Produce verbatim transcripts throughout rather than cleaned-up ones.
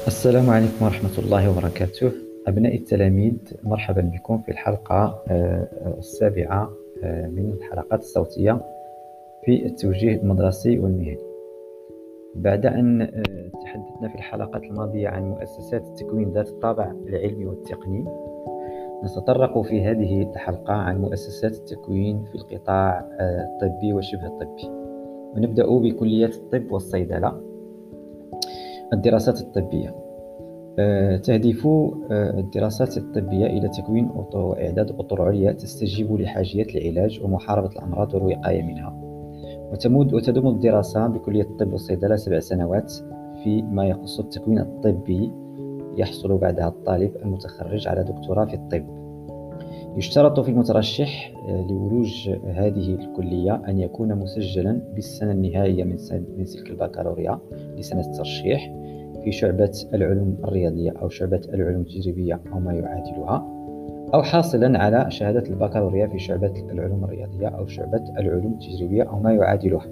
السلام عليكم ورحمة الله وبركاته. أبنائي التلاميذ، مرحبا بكم في الحلقة آه، السابعة آه، من الحلقات الصوتية في التوجيه المدرسي والمهني. بعد أن آه، تحدثنا في الحلقات الماضية عن مؤسسات التكوين ذات الطابع العلمي والتقني، نتطرق في هذه الحلقة عن مؤسسات التكوين في القطاع آه، الطبي وشبه الطبي، ونبدأ بكليات الطب والصيدلة. الدراسات الطبية آه، تهدف آه، الدراسات الطبية إلى تكوين أطر وإعداد أطر عليا تستجيب لحاجيات العلاج ومحاربة الأمراض والوقاية منها. وتمود وتدوم الدراسة بكلية الطب والصيدلة سبع سنوات فيما يخص التكوين الطبي. يحصل بعدها الطالب المتخرج على دكتوراه في الطب. يشترط في المترشح آه، لولوج هذه الكلية أن يكون مسجلا بالسنة النهائية من من سلك البكالوريا لسنة الترشيح في شعبة العلوم الرياضية أو شعبة العلوم التجريبية أو ما يعادلها، أو حاصلا على شهادة البكالوريا في شعبة العلوم الرياضية أو شعبة العلوم التجريبية أو ما يعادلها.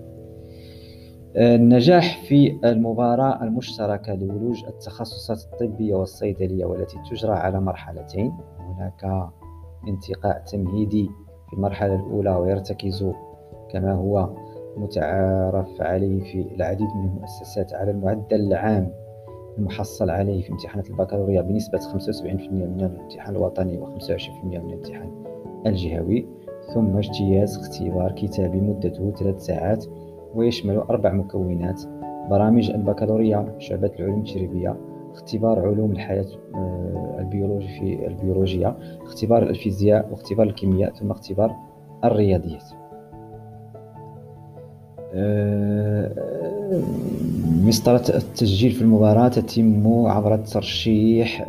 النجاح في المباراة المشتركة لولوج التخصصات الطبية والصيدلية والتي تجرى على مرحلتين. هناك انتقاء تمهيدي في المرحلة الأولى ويرتكز كما هو متعارف عليه في العديد من المؤسسات على المعدل العام المحصل عليه في امتحانات البكالوريا بنسبة خمسة وسبعين بالمئة من الامتحان الوطني وخمسة وعشرين بالمئة من الامتحان الجهوي، ثم اجتياز اختبار كتابي مدته ثلاث ساعات ويشمل أربع مكونات: برامج البكالوريا شعبة العلوم التجريبية، اختبار علوم الحياة البيولوجي في البيولوجيا، اختبار الفيزياء، واختبار الكيمياء، ثم اختبار الرياضيات. مسطرة التسجيل في المباراة تتم عبر الترشيح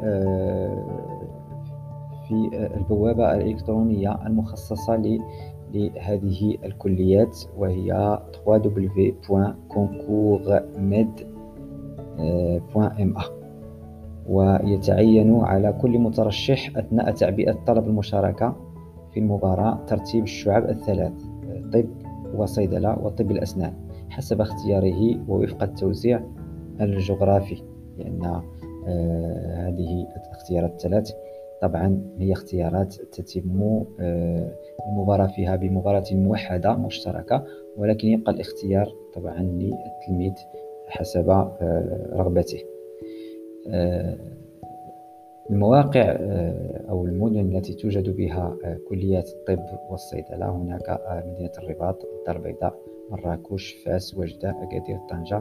في البوابة الإلكترونية المخصصة لهذه الكليات، وهي دبليو دبليو دبليو دوت كونكور ميد دوت ام اي. ويتعين على كل مترشح أثناء تعبئة طلب المشاركة في المباراة ترتيب الشعب الثلاث: طب وصيدلة وطب الأسنان حسب اختياره ووفق التوزيع الجغرافي، لأن آه هذه الاختيارات الثلاث طبعا هي اختيارات تتم آه المباراة فيها بمباراة موحدة مشتركة، ولكن يبقى الاختيار طبعا للتلميذ حسب آه رغبته. آه المواقع أو المدن التي توجد بها كليات الطب والصيدلة: هناك مدينة الرباط، الدار البيضاء، مراكش، فاس، وجدة، أكادير، طنجة،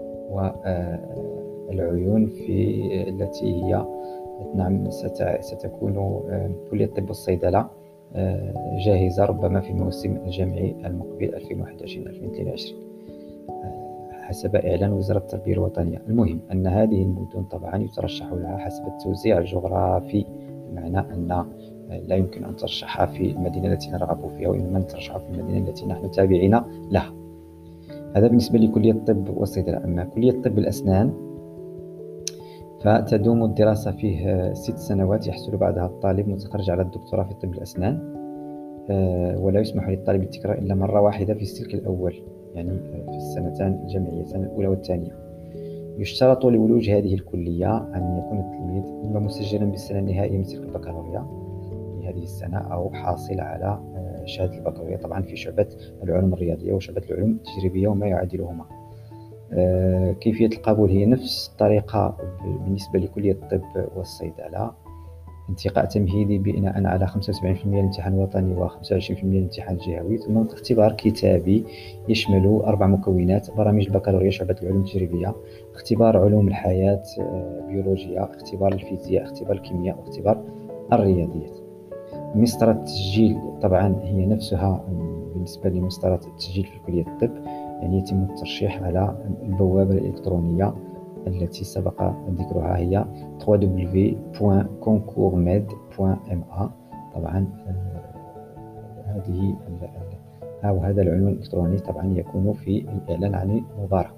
والعيون في التي هي نعم ستكون كلية الطب والصيدلة جاهزة ربما في الموسم الجامعي المقبل ألفين وواحد وعشرين ألفين واثنين وعشرين حسب إعلان وزارة التربية الوطنية. المهم أن هذه المدن طبعا يترشح لها حسب التوزيع الجغرافي، بمعنى أن لا يمكن أن ترشحها في المدينة التي نرغب فيها، وإنما نترشحها في المدينة التي نحن تابعين لها. هذا بالنسبة لكلية الطب والصيدلة. أما كلية طب الأسنان فتدوم الدراسة فيه ست سنوات، يحصل بعدها الطالب متخرج على الدكتوراه في طب الأسنان، ولا يسمح للطالب بالتكرار إلا مرة واحدة في السلك الأول، يعني في السنتان الجامعيتان الأولى والثانية. يشترط لولوج هذه الكلية أن يكون التلميذ إما مسجلا بالسنة النهائية من سلك البكالوريا لهذه السنة، أو حاصل على شهادة البكالوريا طبعا في شعبة العلوم الرياضية وشعبة العلوم التجريبية وما يعادلهما. كيفية القبول هي نفس الطريقة بالنسبة لكلية الطب والصيدلة: انتقاء تمهيدي بناء على خمسة وسبعين بالمئة الامتحان الوطني وخمسة وعشرين بالمئة الامتحان الجهوي، ثم اختبار كتابي يشمل أربع مكونات: برامج البكالوريا شعبة العلوم التجريبية، اختبار علوم الحياة بيولوجيا، اختبار الفيزياء، اختبار الكيمياء، واختبار الرياضيات. مسطرة التسجيل طبعا هي نفسها بالنسبة لمسطرة التسجيل في كلية الطب، يعني يتم الترشيح على البوابة الإلكترونية التي سبق ذكرها، هي دبليو دبليو دبليو دوت كونكور ميد دوت ام اي. طبعا هذه أو هذا العنوان الإلكتروني طبعا يكون في الإعلان عن المباراة.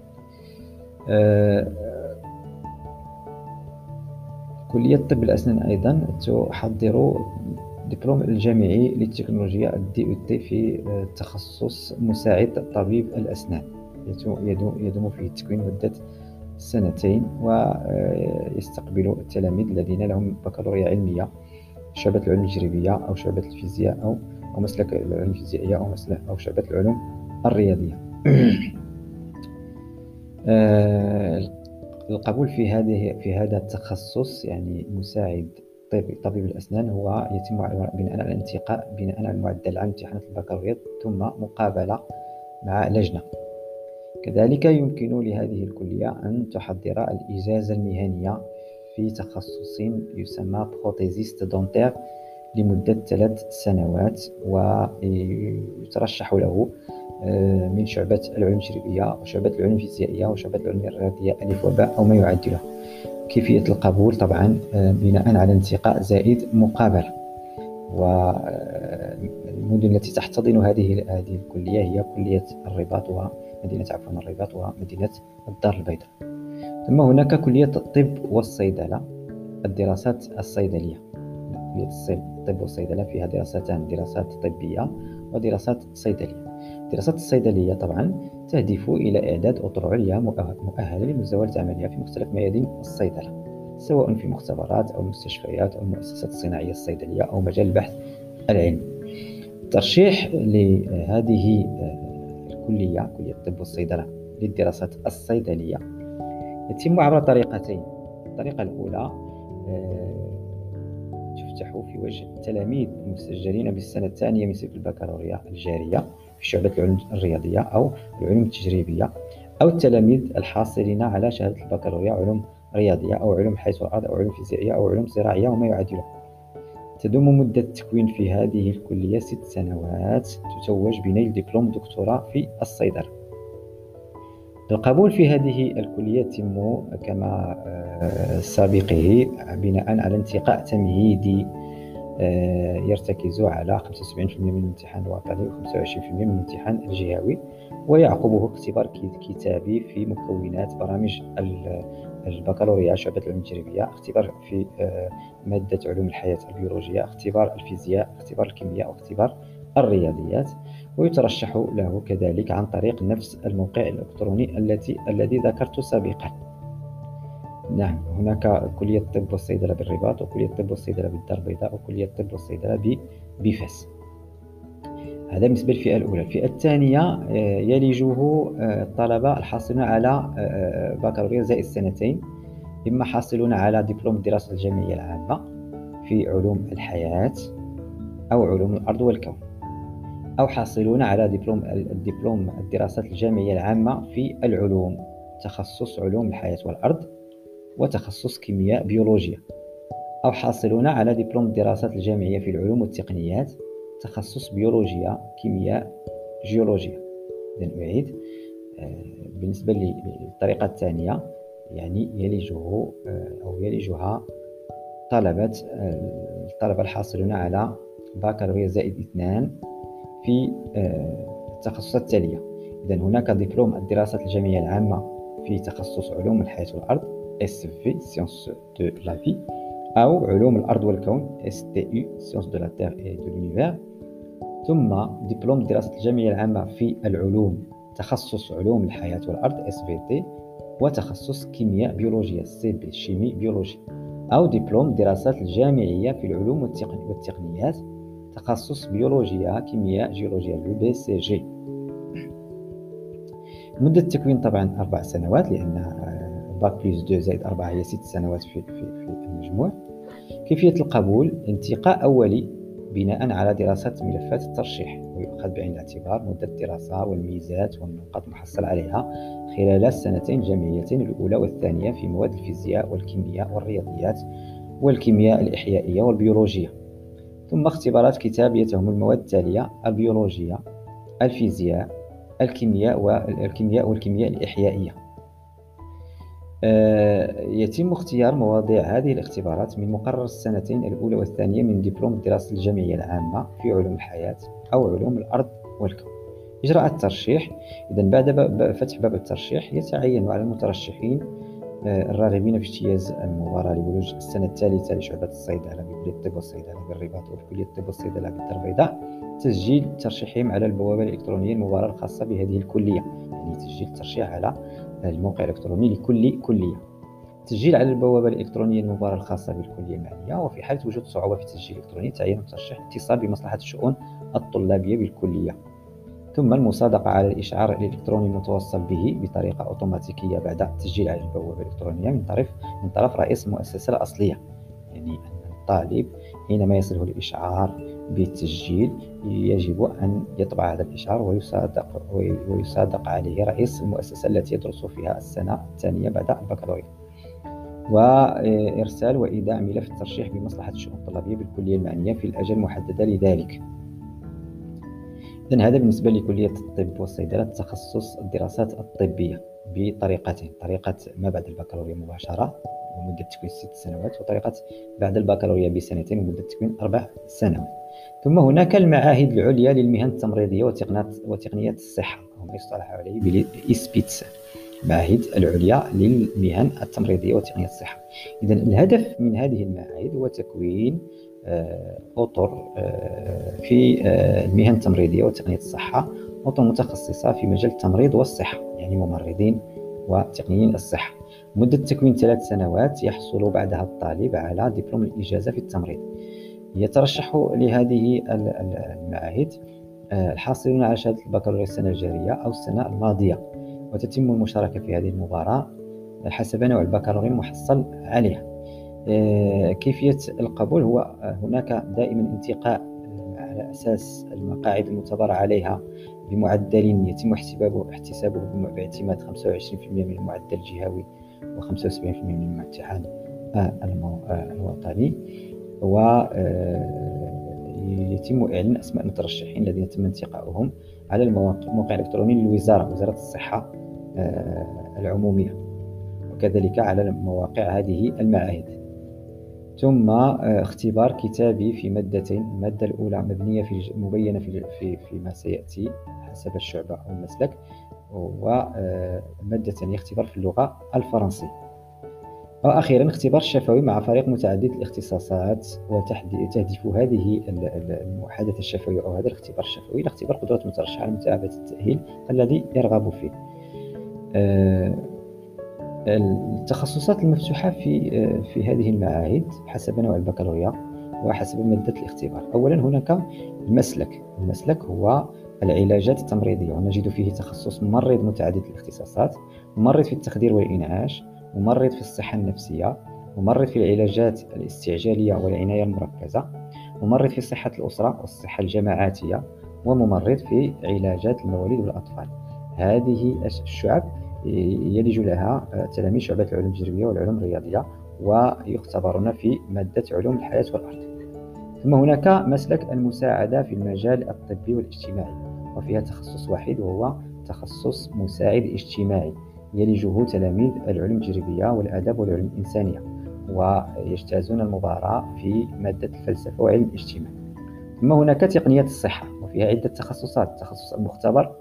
كلية طب الأسنان أيضا تحضر دبلوم الجامعي للتكنولوجيا الدي او تي في تخصص مساعد طبيب الأسنان، يدوم فيه التكوين مدة سنتين، ويستقبل التلاميذ الذين لهم بكالوريا علمية في شعبة العلوم التجريبية أو شعبة الفيزياء أو أو مسلك العلوم الفيزيائية أو مسلك أو شعبة العلوم الرياضية. القبول في هذه في هذا التخصص يعني مساعد طبيب طبيب الأسنان هو يتم بناء على الانتقاء بناء على المعدل العام لامتحانات البكالوريا ثم مقابلة مع لجنة. كذلك يمكن لهذه الكلية أن تحضر الإجازة المهنية في تخصص يسمى بروتيزيست دونتير لمدة ثلاث سنوات، ويترشح له من شعبة العلوم التجريبية وشعبة العلوم الفيزيائية وشعبة العلوم الرياضية ألف وباء أو ما يعادله. كيفية القبول طبعا بناء على انتقاء زائد مقابلة. والمدن التي تحتضن هذه هذه الكلية هي كلية الرباط ومدينة عفوا الرباط ومدينة الدار البيضاء. ثم هناك كلية الطب والصيدلة، الدراسات الصيدلية. كلية الطب والصيدلة فيها دراستان، دراسات طبية ودراسات صيدلية. الدراسات الصيدلية طبعا تهدف إلى إعداد أطر عليا مؤهلة لمزاولة عملها في مختلف ميادين الصيدلة، سواء في مختبرات أو المستشفيات أو المؤسسات الصناعية الصيدلية أو مجال البحث العلمي. الترشيح لهذه الكلية كلية الطب والصيدلة للدراسات الصيدلية يتم عبر طريقتين. الطريقة الأولى تفتح في وجه التلاميذ المسجلين بالسنة الثانية من سلك البكالوريا الجارية في شعبة العلوم الرياضية أو العلوم التجريبية، أو التلاميذ الحاصلين على شهادة البكالوريا علوم رياضية أو علوم الحياة والأرض أو علوم فيزيائية أو علوم زراعية وما يعادله. تدوم مدة التكوين في هذه الكلية ست سنوات، تتوج بنيل دبلوم دكتوراه في الصيدلة. القبول في هذه الكلية يتم كما سابقه بناء على انتقاء تمهيدي يرتكز على خمسة وسبعين بالمئة من الامتحان الوطني و خمسة وعشرين بالمئة من الامتحان الجهوي، ويعقبه اختبار كتابي في مكونات برامج البكالوريا شعبة العلوم التجريبية، اختبار في مادة علوم الحياة البيولوجية، اختبار الفيزياء، اختبار الكيمياء واختبار الرياضيات. ويترشح له كذلك عن طريق نفس الموقع الإلكتروني التي الذي ذكرت سابقا. نعم، هناك كلية الطب والصيدلة بالرباط، وكلية الطب والصيدلة بالدار البيضاء، وكلية الطب والصيدلة بفاس. هذا بالنسبة للفئة الأولى. الفئة الثانية يلجه الطلبة الحاصلون على بكالوريا زائد سنتين، إما حاصلون على دبلوم الدراسة الجامعية العامة في علوم الحياة أو علوم الأرض والكون، أو حاصلون على دبلوم الدبلوم الدراسات الجامعية العامة في العلوم، تخصص علوم الحياة والأرض وتخصص كيمياء بيولوجيا، أو حاصلون على دبلوم الدراسات الجامعية في العلوم والتقنيات، تخصص بيولوجيا كيمياء جيولوجيا. إذن أعيد، بالنسبة للطريقة الثانية يعني يلجه أو يلجها طلبة الطلبة الحاصلون على بكالوريا زائد اثنان في التخصصات التالية. إذن هناك دبلوم الدراسات الجامعية العامة في تخصص علوم الحياة والأرض إس إف في Sciences de la Vie، أو علوم الأرض والكون إس تي يو Sciences de la Terre et de l'Univers. ثم دبلوم الدراسات الجامعية العامة في العلوم، تخصص علوم الحياة والأرض إس في تي، وتخصص كيمياء بيولوجيا سي بي شيمي بيولوجي، أو دبلوم الدراسات الجامعية في العلوم والتقنيات، تخصص بيولوجيا كيمياء جيولوجيا لو بي سي جي. مدة التكوين طبعا أربع سنوات، لأن باك بلس دو زائد أربعة هي ست سنوات في, في, في المجموع. كيفية القبول: انتقاء أولي بناء على دراسة ملفات الترشيح، ويؤخذ بعين الاعتبار مدة الدراسة والميزات والنقاط المحصل عليها خلال السنتين الجامعيتين الأولى والثانية في مواد الفيزياء والكيمياء والرياضيات والكيمياء الإحيائية والبيولوجية. ثم اختبارات كتاب يتهم المواد التالية: البيولوجيا، الفيزياء، الكيمياء والكيمياء والكيمياء الإحيائية. يتم اختيار مواضيع هذه الاختبارات من مقرر السنتين الأولى والثانية من دبلوم الدراسة الجامعية العامة في علوم الحياة أو علوم الأرض والكون. إجراء الترشيح: إذن بعد فتح باب الترشيح يتعين على المترشحين الراغبين في اجتياز المباراة لولوج السنة الثالثة لشعبة الصيدلة بكلية الطب والصيدلة بالرباط وبكلية الطب والصيدلة بالدار البيضاء تسجيل ترشيحهم على البوابة الإلكترونية المباراة الخاصة بهذه الكلية، يعني تسجيل الترشيح على الموقع الإلكتروني لكل كلية. التسجيل على البوابة الإلكترونية المباشرة الخاصة بالكلية المعنية. وفي حالة وجود صعوبة في التسجيل الإلكتروني تعين الترشيح الاتصال بمصلحة الشؤون الطلابية بالكلية. ثم المصادقة على الإشعار الإلكتروني المتوصل به بطريقة أوتوماتيكية بعد التسجيل على البوابة الإلكترونية من طرف من طرف رئيس المؤسسة الأصلية. يعني أن الطالب حينما يصله الإشعار بالتسجيل يجب أن يطبع هذا الإشعار ويصادق ويصادق عليه رئيس المؤسسة التي يدرس فيها السنة الثانية بعد البكالوريا. وإرسال وإيداع ملف الترشيح بمصلحة الشؤون الطلابية بالكلية المعنية في الأجل المحددة لذلك. إذن هذا بالنسبة لكلية الطب والصيدلة تخصص الدراسات الطبية بطريقتين: طريقة ما بعد البكالوريا مباشرة ومدة تكوين ست سنوات، وطريقة بعد البكالوريا بسنتين ومدة تكوين أربع سنوات. ثم هناك المعاهد العليا للمهن التمريضية وتقنيات الصحة، أو ما يصطلح عليه بالإسبيتس، المعاهد العليا للمهن التمريضية وتقنيات الصحة. إذن الهدف من هذه المعاهد هو تكوين أطر في المهن التمريضية وتقنية الصحة، أطر متخصصة في مجال التمريض والصحة، يعني ممرضين وتقنيين الصحة. مدة تكوين ثلاث سنوات يحصل بعدها الطالب على دبلوم الإجازة في التمريض. يترشح لهذه المعاهد الحاصلون على شهادة البكالوريا السنة الجارية أو السنة الماضية، وتتم المشاركة في هذه المباراة حسب نوع البكالوريا المحصل عليها. كيفية القبول: هو هناك دائما انتقاء على أساس المقاعد المعتبر عليها بمعدل يتم احتسابه احتسابه باعتماد خمسة وعشرين بالمئة من المعدل الجهوي وخمسة وسبعين بالمئة من الامتحان الوطني. ويتم إعلان أسماء المترشحين الذين تم انتقاؤهم على الموقع الإلكتروني للوزارة، وزارة الصحة العمومية، وكذلك على مواقع هذه المعاهد. ثم اختبار كتابي في مادتين: المادة الأولى مبنية في مبينة في في فيما سيأتي حسب الشعبة أو المسلك، والمادة الثانية اختبار في اللغة الفرنسية. وأخيرا اختبار شفوي مع فريق متعدد الاختصاصات، وتهدف هذه المحادثة الشفوية أو هذا الاختبار الشفوي لاختبار قدرة المترشح على متابعة التأهيل الذي يرغب فيه. التخصصات المفتوحة في في هذه المعاهد حسب نوع البكالوريا وحسب مادة الاختبار. أولا هناك المسلك. المسلك هو العلاجات التمريضية، ونجد فيه تخصص ممرض متعدد الاختصاصات، ممرض في التخدير والإنعاش، ممرض في الصحة النفسية، ممرض في العلاجات الاستعجالية والعناية المركزة، ممرض في صحة الأسرة والصحة الجماعاتية، وممرض في علاجات المواليد والأطفال. هذه الشعب يلج لها تلاميذ شعبة العلوم التجريبية والعلوم الرياضية، ويختبرون في مادة علوم الحياة والأرض. ثم هناك مسلك المساعدة في المجال الطبي والاجتماعي، وفيها تخصص واحد وهو تخصص مساعد اجتماعي، يلجه تلاميذ العلوم التجريبية والآداب والعلوم الإنسانية، ويجتازون المباراة في مادة الفلسفة وعلم الاجتماع. ثم هناك تقنيات الصحة، وفيها عدة تخصصات: تخصص المختبر،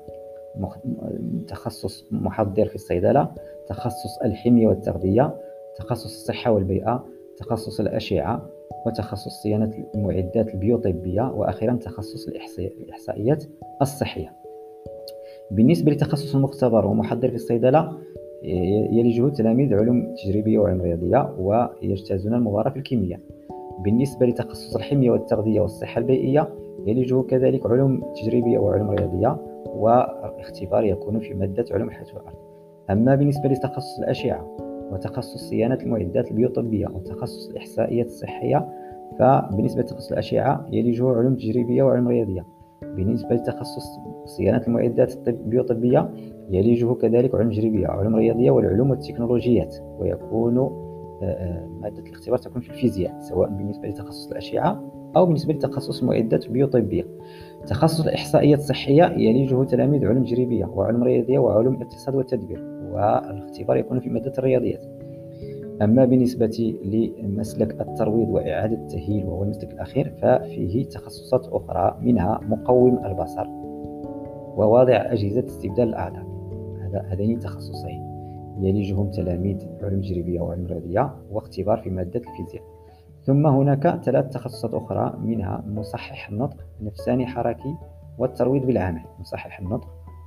تخصص محضر في الصيدلة، تخصص الحمية والتغذية، تخصص الصحة والبيئة، تخصص الأشعة، وتخصص صيانة المعدات البيوطبية، وأخيرا تخصص الإحصائيات الصحية. بالنسبة لتخصص المختبر ومحضر في الصيدلة يلجه تلاميذ علوم تجريبية وعلوم رياضية ويجتازون المباراة في الكيمياء. بالنسبة لتخصص الحمية والتغذية والصحة البيئية يلجه كذلك علوم تجريبية وعلوم رياضية، والاختبار يكون في مادة علوم الحياة والأرض. أما بالنسبة لتخصص الأشعة وتخصص صيانة المعدات البيوطبية وتخصص الإحصائيات الصحية، فبالنسبة لتخصص الأشعة يلجه علوم تجريبية وعلوم رياضية. بالنسبة لتخصص صيانة المعدات البيوطبية يلجه كذلك علوم تجريبية وعلوم رياضية والعلوم والتكنولوجيات، ويكون مادة الاختبار تكون في الفيزياء، سواء بالنسبة لتخصص الأشعة أو بالنسبة لتخصص المعدات البيوطبية. تخصص الإحصائيات الصحية يلجه تلاميذ علوم تجريبية وعلوم رياضية وعلوم الاقتصاد والتدبير، والاختبار يكون في مادة الرياضيات. أما بالنسبة لمسلك الترويض وإعادة التأهيل وهو المسلك الأخير ففيه تخصصات أخرى، منها مقوم البصر وواضع أجهزة استبدال الأعضاء. هذين تخصصين يلجهم تلاميذ علوم تجريبية وعلوم رياضية واختبار في مادة الفيزياء. ثم هناك ثلاث تخصصات أخرى، منها مصحح النطق، نفساني حركي، والترويض بالعمل. مصحح النطق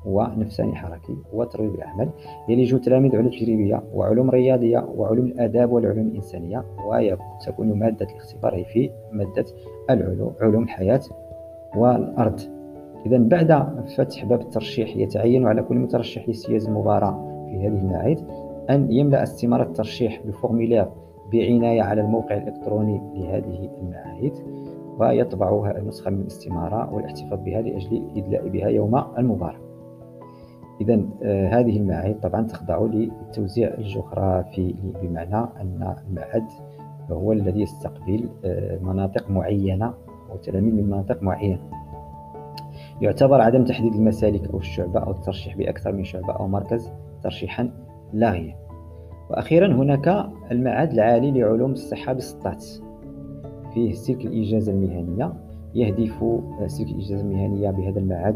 ونفساني حركي وترويض العمل. يلج تلاميذ علوم تجريبية وعلوم رياضية وعلوم الآداب والعلوم الإنسانية، وتكون مادة الاختبار هي في مادة العلوم علوم الحياة والأرض. إذا بعد فتح باب الترشيح يتعين على كل مترشح لاجتياز المباراة في هذه المعاهد أن يملأ استمارة الترشيح بفورميلير بعناية على الموقع الإلكتروني لهذه المعاهد، ويطبعها نسخة من الاستمارة والاحتفاظ بها لأجل الإدلاء بها يوم المباراة. إذا آه هذه المعاهد طبعا تخضع للتوزيع الجغرافي، بمعنى أن المعهد هو الذي يستقبل آه مناطق معينة وتلاميذ من مناطق معينة. يعتبر عدم تحديد المسالك أو الشعبة أو الترشيح بأكثر من شعبة أو مركز ترشيحا لاغيا. وأخيرا هناك المعهد العالي لعلوم الصحة بالسطات، فيه سلك الإجازة المهنية. يهدف سلك الإجازة المهنية بهذا المعهد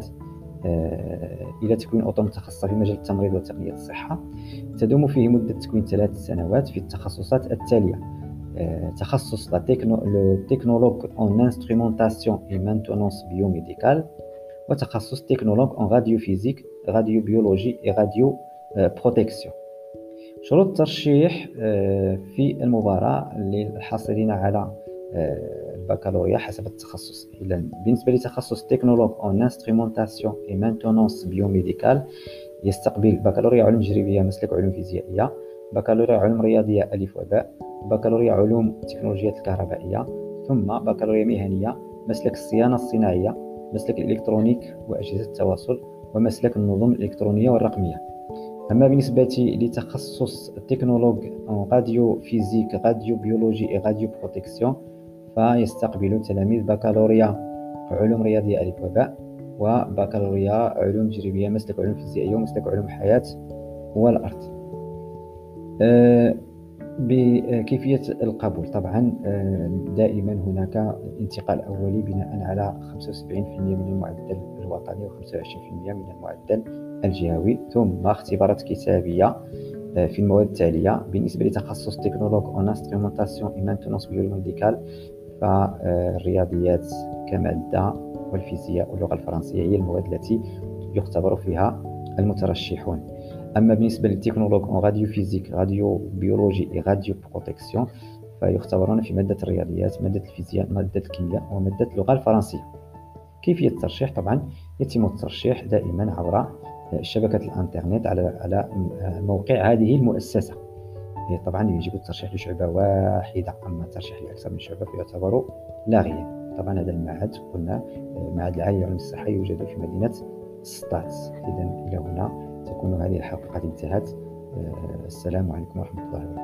إلى تكوين أطر متخصصة في مجال التمريض وتقنية الصحة. تدوم فيه مدة تكوين ثلاث سنوات في التخصصات التالية: تخصص تكنولوج en instrumentation et maintenance biomédicale، وتخصص تكنولوج en radiophysique, radiobiologie et radioprotection. شروط الترشيح في المباراة للحاصلين على البكالوريا حسب التخصص. إذا بالنسبة لتخصص تكنولوج en instrumentation et maintenance biomédicale يستقبل بكالوريا علوم تجريبية مسلك علوم فيزيائية، بكالوريا علوم رياضية ألف وباء، بكالوريا علوم التكنولوجيات الكهربائية، ثم بكالوريا مهنية مسلك الصيانة الصناعية، مسلك الإلكترونيك وأجهزة التواصل، ومسلك النظم الإلكترونية والرقمية. أما بالنسبة لتخصص تكنولوج en radiophysique, radiobiologie et radioprotection فيستقبل تلاميذ بكالوريا علوم رياضية ألف وباء، وبكالوريا علوم تجريبية مسلك علوم فيزيائية ومسلك علوم الحياة والأرض. أه بكيفية القبول طبعا دائما هناك انتقال أولي بناء على خمسة وسبعين بالمئة من المعدل الوطني و خمسة وعشرين بالمئة من المعدل الجهوي، ثم اختبارات كتابية في المواد التالية. بالنسبة لتخصص تكنولوج en instrumentation et maintenance biomédicale فالرياضيات كمادة والفيزياء واللغة الفرنسية هي المواد التي يختبر فيها المترشحون. أما بالنسبة للتكنولوج en radiophysique, radiobiologie et radioprotection فيختبرون في مادة الرياضيات، مادة الفيزياء، مادة الكيمياء، ومادة اللغة الفرنسية. كيفية الترشيح طبعا يتم الترشيح دائما عبر شبكة الانترنت على على موقع هذه المؤسسة. طبعا يجب الترشيح لشعبة واحدة، أما الترشيح لأكثر من شعبة فيعتبر لاغيا. طبعا هذا المعهد قلنا المعهد العالي لعلوم الصحة يوجد في مدينة سطات. إذا إلى هنا تكون هذه الحلقة قد انتهت. السلام عليكم ورحمة الله وبركاته.